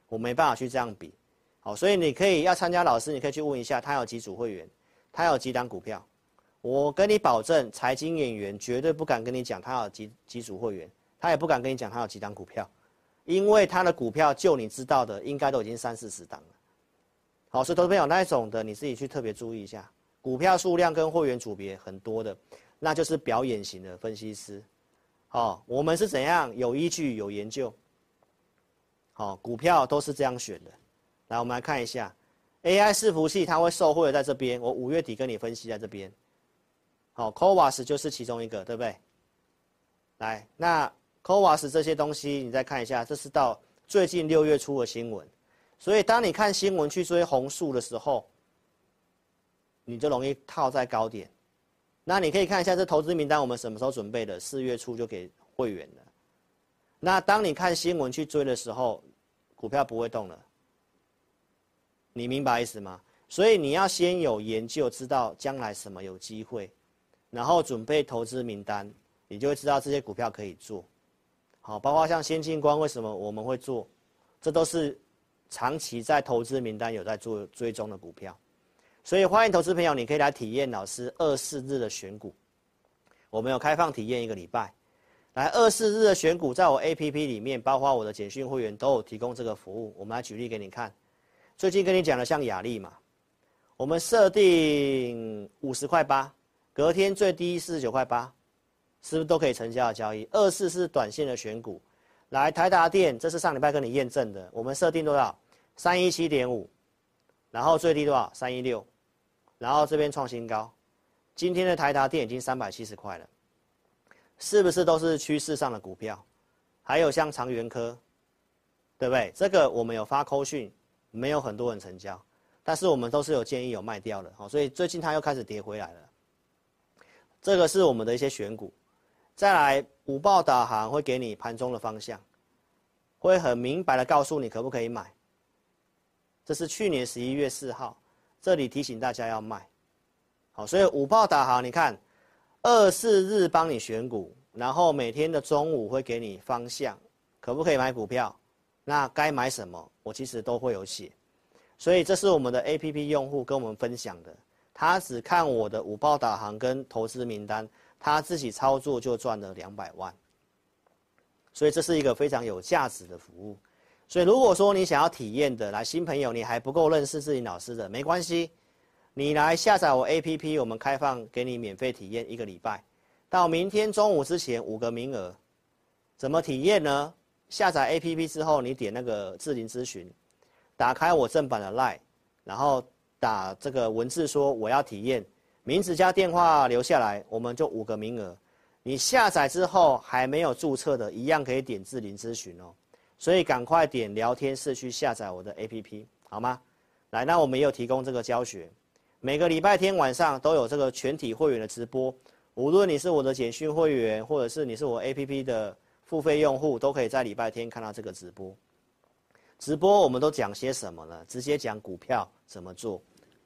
我没办法去这样比。好，所以你可以要参加老师，你可以去问一下他有几组会员，他有几档股票。我跟你保证，财经演员绝对不敢跟你讲他有几几组会员，他也不敢跟你讲他有几档股票，因为他的股票就你知道的，应该都已经三四十档了。好，所以投资朋友那一种的，你自己去特别注意一下，股票数量跟会员组别很多的，那就是表演型的分析师。好，我们是怎样有依据有研究。好，股票都是这样选的。来，我们来看一下 A I 伺服器，它会受惠的在这边，我五月底跟你分析在这边。好 ，C O V A S 就是其中一个，对不对？来，那 C O V A S 这些东西你再看一下，这是到最近六月初的新闻。所以当你看新闻去追红树的时候，你就容易套在高点。那你可以看一下这投资名单，我们什么时候准备的？四月初就给会员了。那当你看新闻去追的时候，股票不会动了。你明白意思吗？所以你要先有研究，知道将来什么有机会，然后准备投资名单，你就会知道这些股票可以做。好，包括像先进光，为什么我们会做？这都是长期在投资名单有在做追踪的股票。所以欢迎投资朋友，你可以来体验老师二四日的选股，我们有开放体验一个礼拜。来，二四日的选股，在我 A P P 里面，包括我的简讯会员都有提供这个服务。我们来举例给你看。最近跟你讲的像亚力嘛，我们设定五十块八，隔天最低四十九块八，是不是都可以成交的交易？二四是短线的选股。来，台达电，这是上礼拜跟你验证的，我们设定多少？三一七点五，然后最低多少？三一六，然后这边创新高。今天的台达电已经三百七十块了，是不是都是趋势上的股票？还有像长源科，对不对？这个我们有发扣讯。没有很多人成交，但是我们都是有建议有卖掉的，所以最近它又开始跌回来了。这个是我们的一些选股，再来午报导航会给你盘中的方向，会很明白的告诉你可不可以买。这是去年十一月四号，这里提醒大家要卖。好，所以午报导航你看，二四日帮你选股，然后每天的中午会给你方向，可不可以买股票？那该买什么，我其实都会有写，所以这是我们的 A P P 用户跟我们分享的，他只看我的午报导航跟投资名单，他自己操作就赚了两百万，所以这是一个非常有价值的服务。所以如果说你想要体验的，来新朋友你还不够认识志霖老师的，没关系，你来下载我 A P P， 我们开放给你免费体验一个礼拜，到明天中午之前五个名额，怎么体验呢？下载 A P P 之后，你点那个志霖咨询，打开我正版的 LINE， 然后打这个文字说我要体验，名字加电话留下来，我们就五个名额。你下载之后还没有注册的，一样可以点志霖咨询哦。所以赶快点聊天室去下载我的 A P P， 好吗？来，那我们也有提供这个教学，每个礼拜天晚上都有这个全体会员的直播，无论你是我的简讯会员，或者是你是我 A P P 的付费用户，都可以在礼拜天看到这个直播。直播我们都讲些什么呢？直接讲股票怎么做。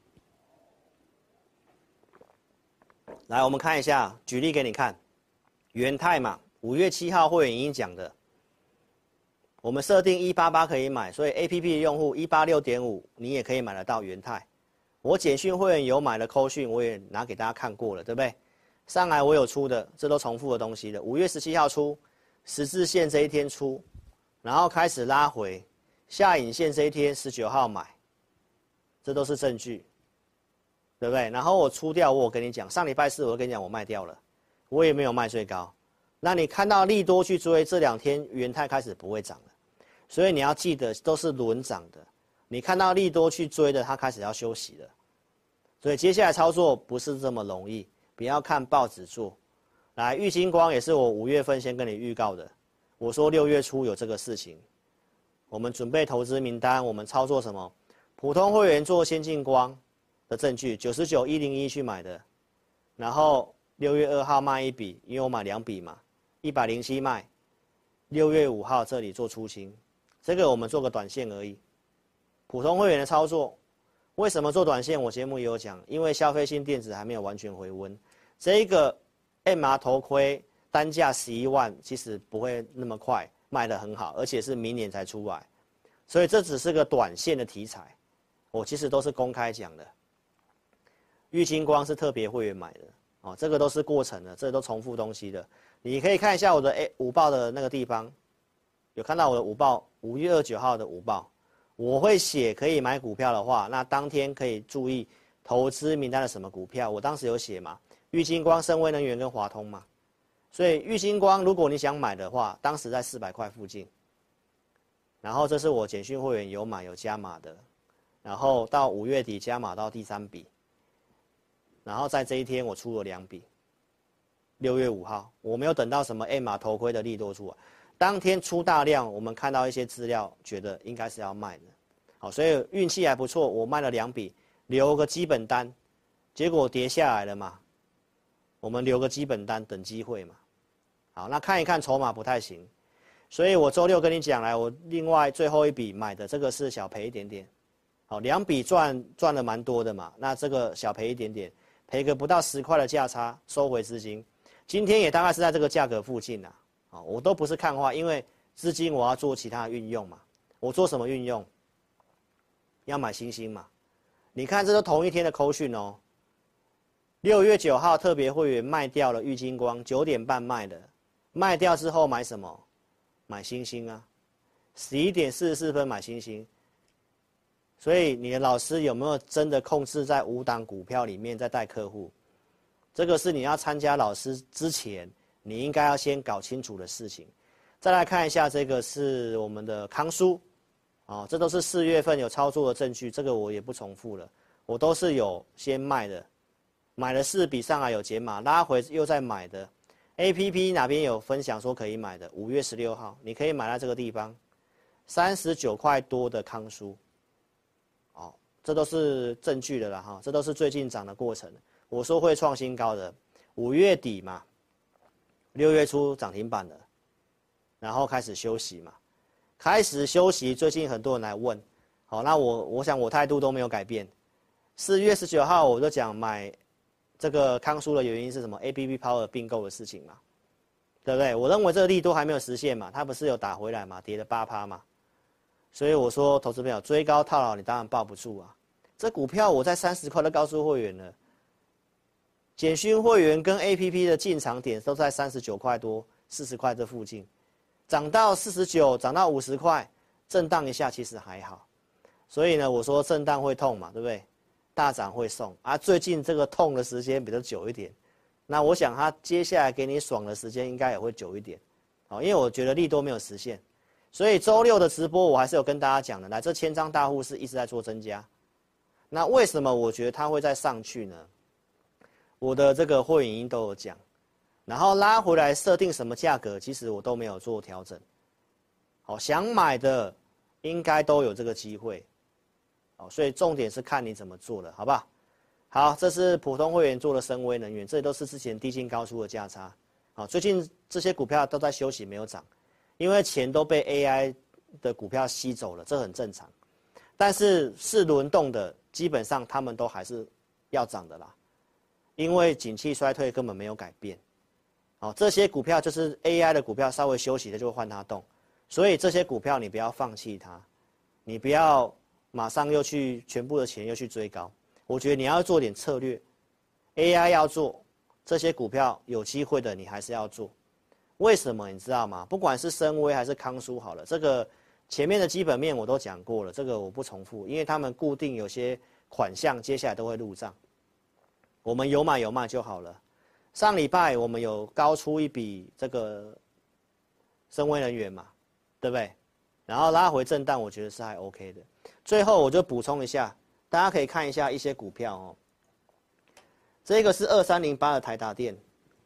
来，我们看一下，举例给你看，元泰嘛，五月七号会员已经讲的，我们设定一八八可以买，所以 A P P 的用户一八六点五你也可以买得到元泰。我简讯会员有买的扣讯，我也拿给大家看过了，对不对？上来我有出的，这都重复的东西的。五月十七号出。十字线这一天出，然后开始拉回，下影线这一天十九号买，这都是证据，对不对？然后我出掉，我有跟你讲，上礼拜四我就跟你讲我卖掉了，我也没有卖最高。那你看到利多去追，这两天元泰开始不会涨了，所以你要记得都是轮涨的。你看到利多去追的，它开始要休息了，所以接下来操作不是这么容易，不要看报纸做。来，玉晶光也是我五月份先跟你预告的，我说六月初有这个事情，我们准备投资名单，我们操作什么？普通会员做先进光的证据，九十九一零一去买的，然后六月二号卖一笔，因为我买两笔嘛，一百零七卖，六月五号这里做出清，这个我们做个短线而已。普通会员的操作，为什么做短线？我节目也有讲，因为消费性电子还没有完全回温，这个。M R 头盔单价十一万，其实不会那么快卖得很好，而且是明年才出来， 所以这只是个短线的题材，我其实都是公开讲的。玉晶光是特别会员买的，哦，这个都是过程的，这都重复东西的。你可以看一下我的 A 午报的那个地方，有看到我的午报，五月二十九号的午报，我会写可以买股票的话，那当天可以注意投资名单的什么股票，我当时有写嘛，玉晶光、盛威能源跟华通嘛。所以玉晶光，如果你想买的话，当时在四百块附近。然后这是我简讯会员有买有加码的，然后到五月底加码到第三笔，然后在这一天我出了两笔。六月五号，我没有等到什么 M 码头盔的利多出来，当天出大量，我们看到一些资料，觉得应该是要卖的，好，所以运气还不错，我卖了两笔，留个基本单，结果跌下来了嘛，我们留个基本单等机会嘛。好，那看一看筹码不太行，所以我周六跟你讲来，我另外最后一笔买的这个是小赔一点点，好，两笔赚赚了蛮多的嘛，那这个小赔一点点，赔个不到十块的价差，收回资金，今天也大概是在这个价格附近啦，啊，我都不是看坏，因为资金我要做其他的运用嘛，我做什么运用？要买星星嘛，你看这都同一天的扣讯哦，六月九号特别会员卖掉了玉晶光，九点半卖的。卖掉之后买什么？买星星啊！十一点四十四分买星星。所以你的老师有没有真的控制在五档股票里面在带客户？这个是你要参加老师之前，你应该要先搞清楚的事情。再来看一下，这个是我们的康舒，哦，这都是四月份有操作的证据，这个我也不重复了，我都是有先卖的，买了四笔上来有减码，拉回又再买的。A P P 哪边有分享说可以买的？五月十六号，你可以买在这个地方，三十九块多的康舒，哦，这都是证据的啦哈，这都是最近涨的过程。我说会创新高的，五月底嘛，六月初涨停板了，然后开始休息嘛，开始休息。最近很多人来问，好，那我我想我态度都没有改变。四月十九号我就讲买。这个康舒的原因是什么 ？A P P Power 并购的事情嘛，对不对？我认为这个利多还没有实现嘛，它不是有打回来嘛，跌了八趴嘛，所以我说，投资朋友追高套牢，你当然抱不住啊。这股票我在三十块都告诉会员了，简讯会员跟 A P P 的进场点都在三十九块多、四十块这附近，涨到四十九，涨到五十块，震荡一下其实还好。所以呢，我说震荡会痛嘛，对不对？大涨会送啊，最近这个痛的时间比较久一点，那我想它接下来给你爽的时间应该也会久一点，好，因为我觉得利多没有实现，所以周六的直播我还是有跟大家讲的，来这千张大户是一直在做增加，那为什么我觉得它会再上去呢？我的这个会员音都有讲，然后拉回来设定什么价格，其实我都没有做调整，好，想买的应该都有这个机会。哦，所以重点是看你怎么做的，好不好？好，这是普通会员做的深威能源，这都是之前低进高出的价差。好，最近这些股票都在休息，没有涨，因为钱都被 A I 的股票吸走了，这很正常。但是是轮动的，基本上他们都还是要涨的啦，因为景气衰退根本没有改变。好，这些股票就是 A I 的股票，稍微休息的就会换它动，所以这些股票你不要放弃它，你不要。马上又去全部的钱又去追高，我觉得你要做点策略 ，A I 要做，这些股票有机会的你还是要做。为什么你知道吗？不管是深威还是康舒好了，这个前面的基本面我都讲过了，这个我不重复，因为他们固定有些款项接下来都会入账，我们有买有卖就好了。上礼拜我们有高出一笔这个深威能源嘛，对不对？然后拉回震荡，我觉得是还 OK 的。最后我就补充一下，大家可以看一下一些股票哦。这个是二三零八的台达电，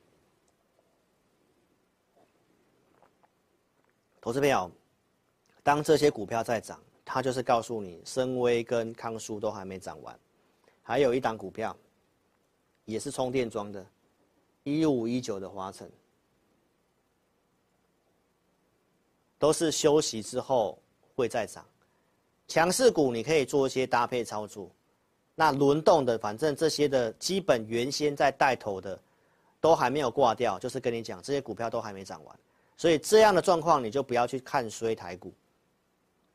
投资朋友，当这些股票在涨，它就是告诉你深威跟康舒都还没涨完，还有一档股票也是充电桩的，一五一九的华城，都是休息之后会再涨。强势股你可以做一些搭配操作，那轮动的，反正这些的基本原先在带头的，都还没有挂掉，就是跟你讲这些股票都还没涨完，所以这样的状况你就不要去看衰台股，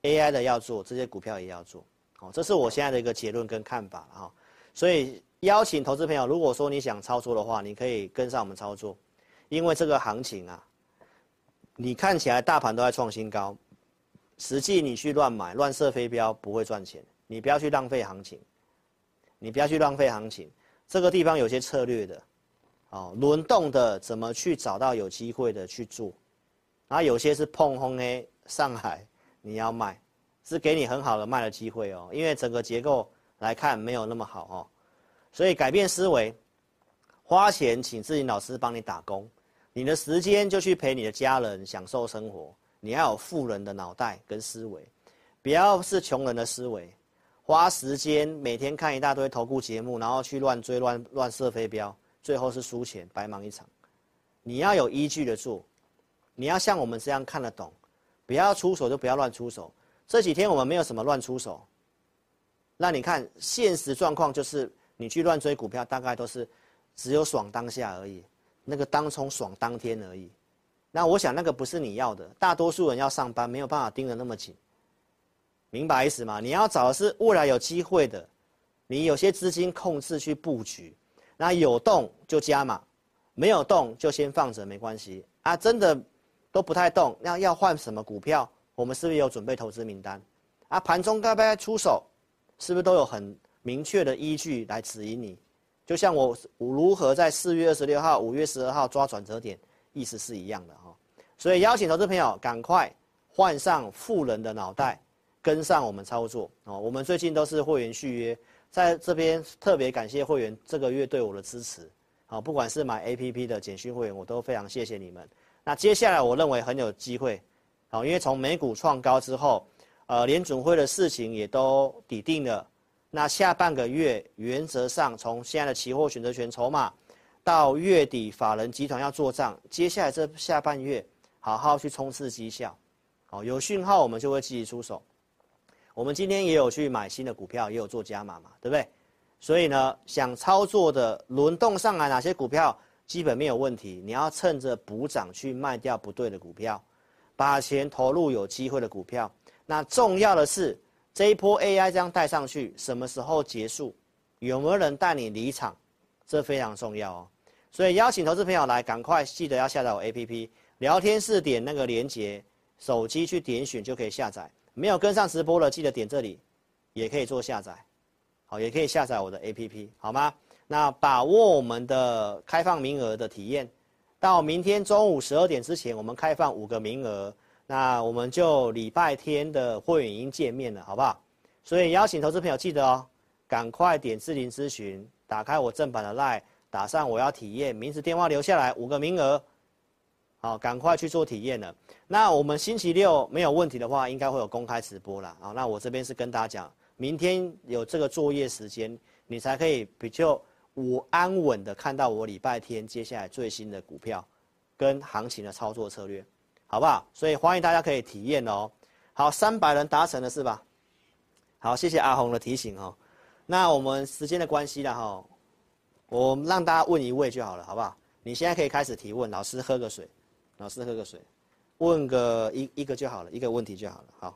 A I 的要做，这些股票也要做。好，这是我现在的一个结论跟看法哈。所以邀请投资朋友，如果说你想操作的话，你可以跟上我们操作，因为这个行情啊，你看起来大盘都在创新高，实际你去乱买、乱射飞镖不会赚钱，你不要去浪费行情，你不要去浪费行情。这个地方有些策略的，哦，轮动的怎么去找到有机会的去做，然后有些是碰轰 A 上海你要卖，是给你很好的卖的机会哦，因为整个结构来看没有那么好哦，所以改变思维，花钱请志霖老师帮你打工，你的时间就去陪你的家人享受生活，你要有富人的脑袋跟思维，不要是穷人的思维，花时间每天看一大堆投顾节目，然后去乱追乱乱射飞镖，最后是输钱白忙一场。你要有依据的做，你要像我们这样看得懂，不要出手就不要乱出手。这几天我们没有什么乱出手。那你看现实状况就是你去乱追股票，大概都是只有爽当下而已，那个当冲爽当天而已。那我想那个不是你要的，大多数人要上班，没有办法盯得那么紧，明白意思吗？你要找的是未来有机会的，你有些资金控制去布局，那有动就加码，没有动就先放着没关系啊。真的都不太动，那要换什么股票？我们是不是有准备投资名单？啊，盘中该不该出手？是不是都有很明确的依据来指引你？就像我如何在四月二十六号、五月十二号抓转折点，意思是一样的哈。所以邀请投资朋友赶快换上富人的脑袋，跟上我们操作哦。我们最近都是会员续约，在这边特别感谢会员这个月对我的支持。好，不管是买 A P P 的简讯会员，我都非常谢谢你们。那接下来我认为很有机会，好，因为从美股创高之后，呃，联准会的事情也都底定了。那下半个月原则上从现在的期货选择权筹码，到月底法人集团要做账，接下来这下半月好好去冲刺绩效，好，有讯号我们就会积极出手。我们今天也有去买新的股票，也有做加码嘛，对不对？所以呢，想操作的轮动上来哪些股票基本面有问题，你要趁着补涨去卖掉不对的股票，把钱投入有机会的股票。那重要的是这一波 A I 这样带上去，什么时候结束？有没有人带你离场？这非常重要哦。所以邀请投资朋友来，赶快记得要下载我 A P P， 聊天室点那个连结，手机去点选就可以下载。没有跟上直播的，记得点这里，也可以做下载。好，也可以下载我的 A P P， 好吗？那把握我们的开放名额的体验，到明天中午十二点之前，我们开放五个名额。那我们就礼拜天的会员已经见面了，好不好？所以邀请投资朋友记得哦，赶快点智霖咨询，打开我正版的 LINE， 打上我要体验，名字电话留下来，五个名额，好，赶快去做体验了。那我们星期六没有问题的话，应该会有公开直播啦。好，那我这边是跟大家讲，明天有这个作业时间，你才可以比较我安稳的看到我礼拜天接下来最新的股票跟行情的操作策略。好不好？所以欢迎大家可以体验哦。好，三百人达成了是吧？好，谢谢阿红的提醒哦。那我们时间的关系了哈，我让大家问一位就好了，好不好？你现在可以开始提问，老师喝个水，老师喝个水，问个一一个就好了，一个问题就好了。好，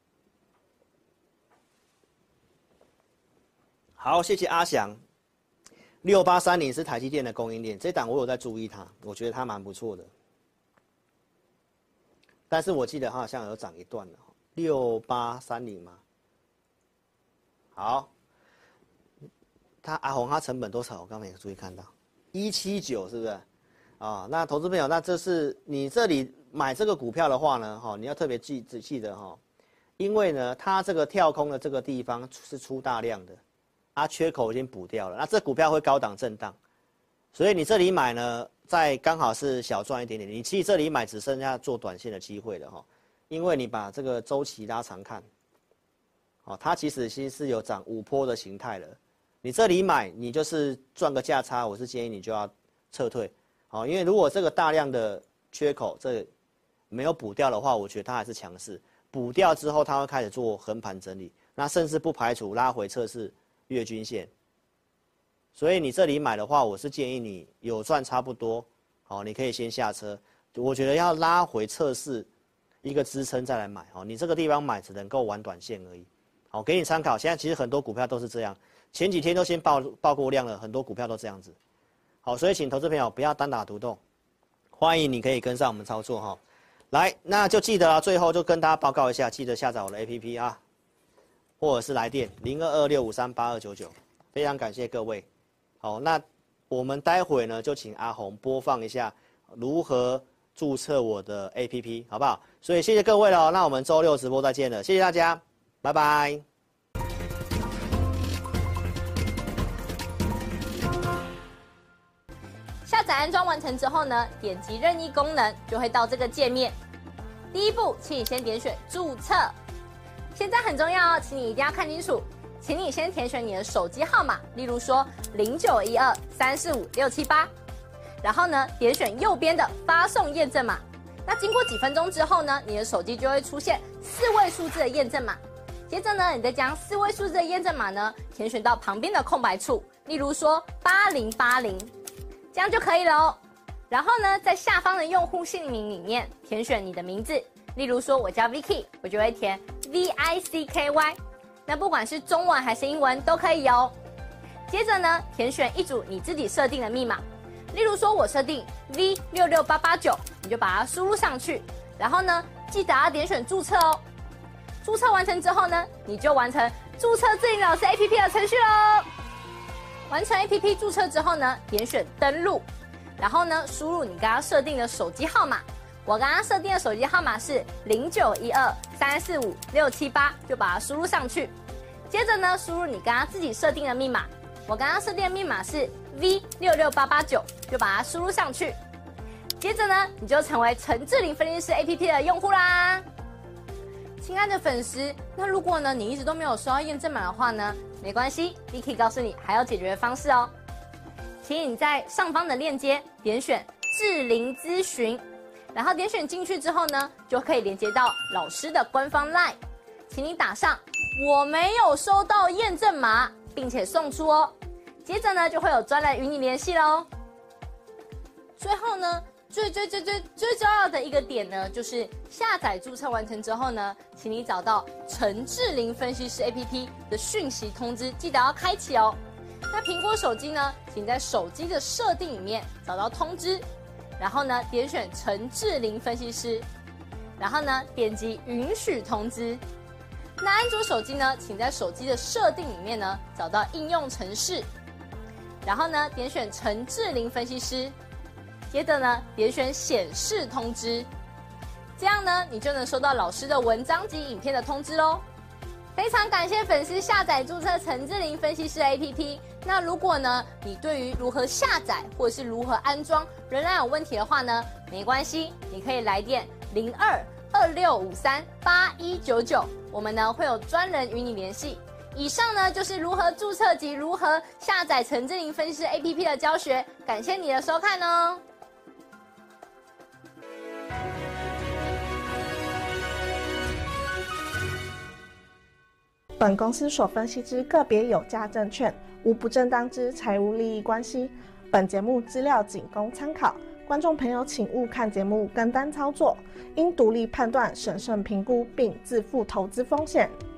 好，谢谢阿翔。六八三零是台积电的供应链，这档我有在注意它，我觉得它蛮不错的。但是我记得它好像有涨一段了，六八三零嘛。好，它阿红它成本多少？我刚刚没有注意看到，一七九是不是？啊，那投资朋友，那这是你这里买这个股票的话呢，哈，你要特别记记得哈，因为呢，它这个跳空的这个地方是出大量的，啊，缺口已经补掉了，那这股票会高档震荡，所以你这里买呢。再刚好是小赚一点点，你其实这里买只剩下做短线的机会了哈，因为你把这个周期拉长看，哦，它其实其实是有涨五波的形态了，你这里买你就是赚个价差，我是建议你就要撤退，好，因为如果这个大量的缺口这没有补掉的话，我觉得它还是强势，补掉之后它会开始做横盘整理，那甚至不排除拉回测试月均线。所以你这里买的话，我是建议你有赚差不多，好，你可以先下车。我觉得要拉回测试一个支撑再来买哦。你这个地方买只能够玩短线而已。好，给你参考。现在其实很多股票都是这样，前几天都先爆爆过量了，很多股票都这样子。好，所以请投资朋友不要单打独斗，欢迎你可以跟上我们操作哈。来，那就记得啊，最后就跟大家报告一下，记得下载我的 A P P 啊，或者是来电零二二六五三八二九九，非常感谢各位。好，那我们待会呢就请阿红播放一下如何注册我的 A P P， 好不好？所以谢谢各位了，那我们周六直播再见了，谢谢大家，拜拜。 下载安装完成之后呢，点击任意功能就会到这个界面。第一步，请你先点选注册。现在很重要哦，请你一定要看清楚，请你先填选你的手机号码，例如说零九一二三四五六七八，然后呢点选右边的发送验证码。那经过几分钟之后呢，你的手机就会出现四位数字的验证码。接着呢，你再将四位数字的验证码呢填选到旁边的空白处，例如说八零八零。这样就可以了哦。然后呢，在下方的用户姓名里面填选你的名字，例如说我叫 Vicky， 我就会填 V I C K Y。那不管是中文还是英文都可以哦。接着呢，填选一组你自己设定的密码，例如说我设定 V 六六八八九，你就把它输入上去。然后呢，记得要点选注册哦。注册完成之后呢，你就完成注册志玲老师 A P P 的程序喽。完成 A P P 注册之后呢，点选登录，然后呢，输入你刚刚设定的手机号码。我刚刚设定的手机号码是零九一二三四五六七八，就把它输入上去。接着呢，输入你刚刚自己设定的密码。我刚刚设定的密码是 V 六六八八九，就把它输入上去。接着呢，你就成为陈志玲分析师 A P P 的用户啦。亲爱的粉丝，那如果呢你一直都没有收到验证码的话呢，没关系 ，Vicky 告诉你还有解决方式哦。请你在上方的链接点选志玲咨询，然后点选进去之后呢，就可以连接到老师的官方 LINE， 请你打上我没有收到验证码，并且送出哦。接着呢，就会有专人与你联系喽。最后呢，最最最最最重要的一个点呢，就是下载注册完成之后呢，请你找到陈志玲分析师 A P P 的讯息通知，记得要开启哦。那苹果手机呢，请在手机的设定里面找到通知，然后呢点选陈志玲分析师，然后呢点击允许通知。那安卓手机呢，请在手机的设定里面呢找到应用程式，然后呢点选陈志玲分析师。接着呢，点选显示通知，这样呢，你就能收到老师的文章及影片的通知喽。非常感谢粉丝下载注册陈志玲分析师 A P P。那如果呢，你对于如何下载或者是如何安装仍然有问题的话呢，没关系，你可以来电零二二六五三八一九九，我们呢会有专人与你联系。以上呢就是如何注册及如何下载陈志玲分析师 A P P 的教学，感谢你的收看哦。 本公司所分析之个别有价证券，无不正当之财务利益关系。本节目资料仅供参考，观众朋友请勿看节目跟单操作，应独立判断、审慎评估并自负投资风险。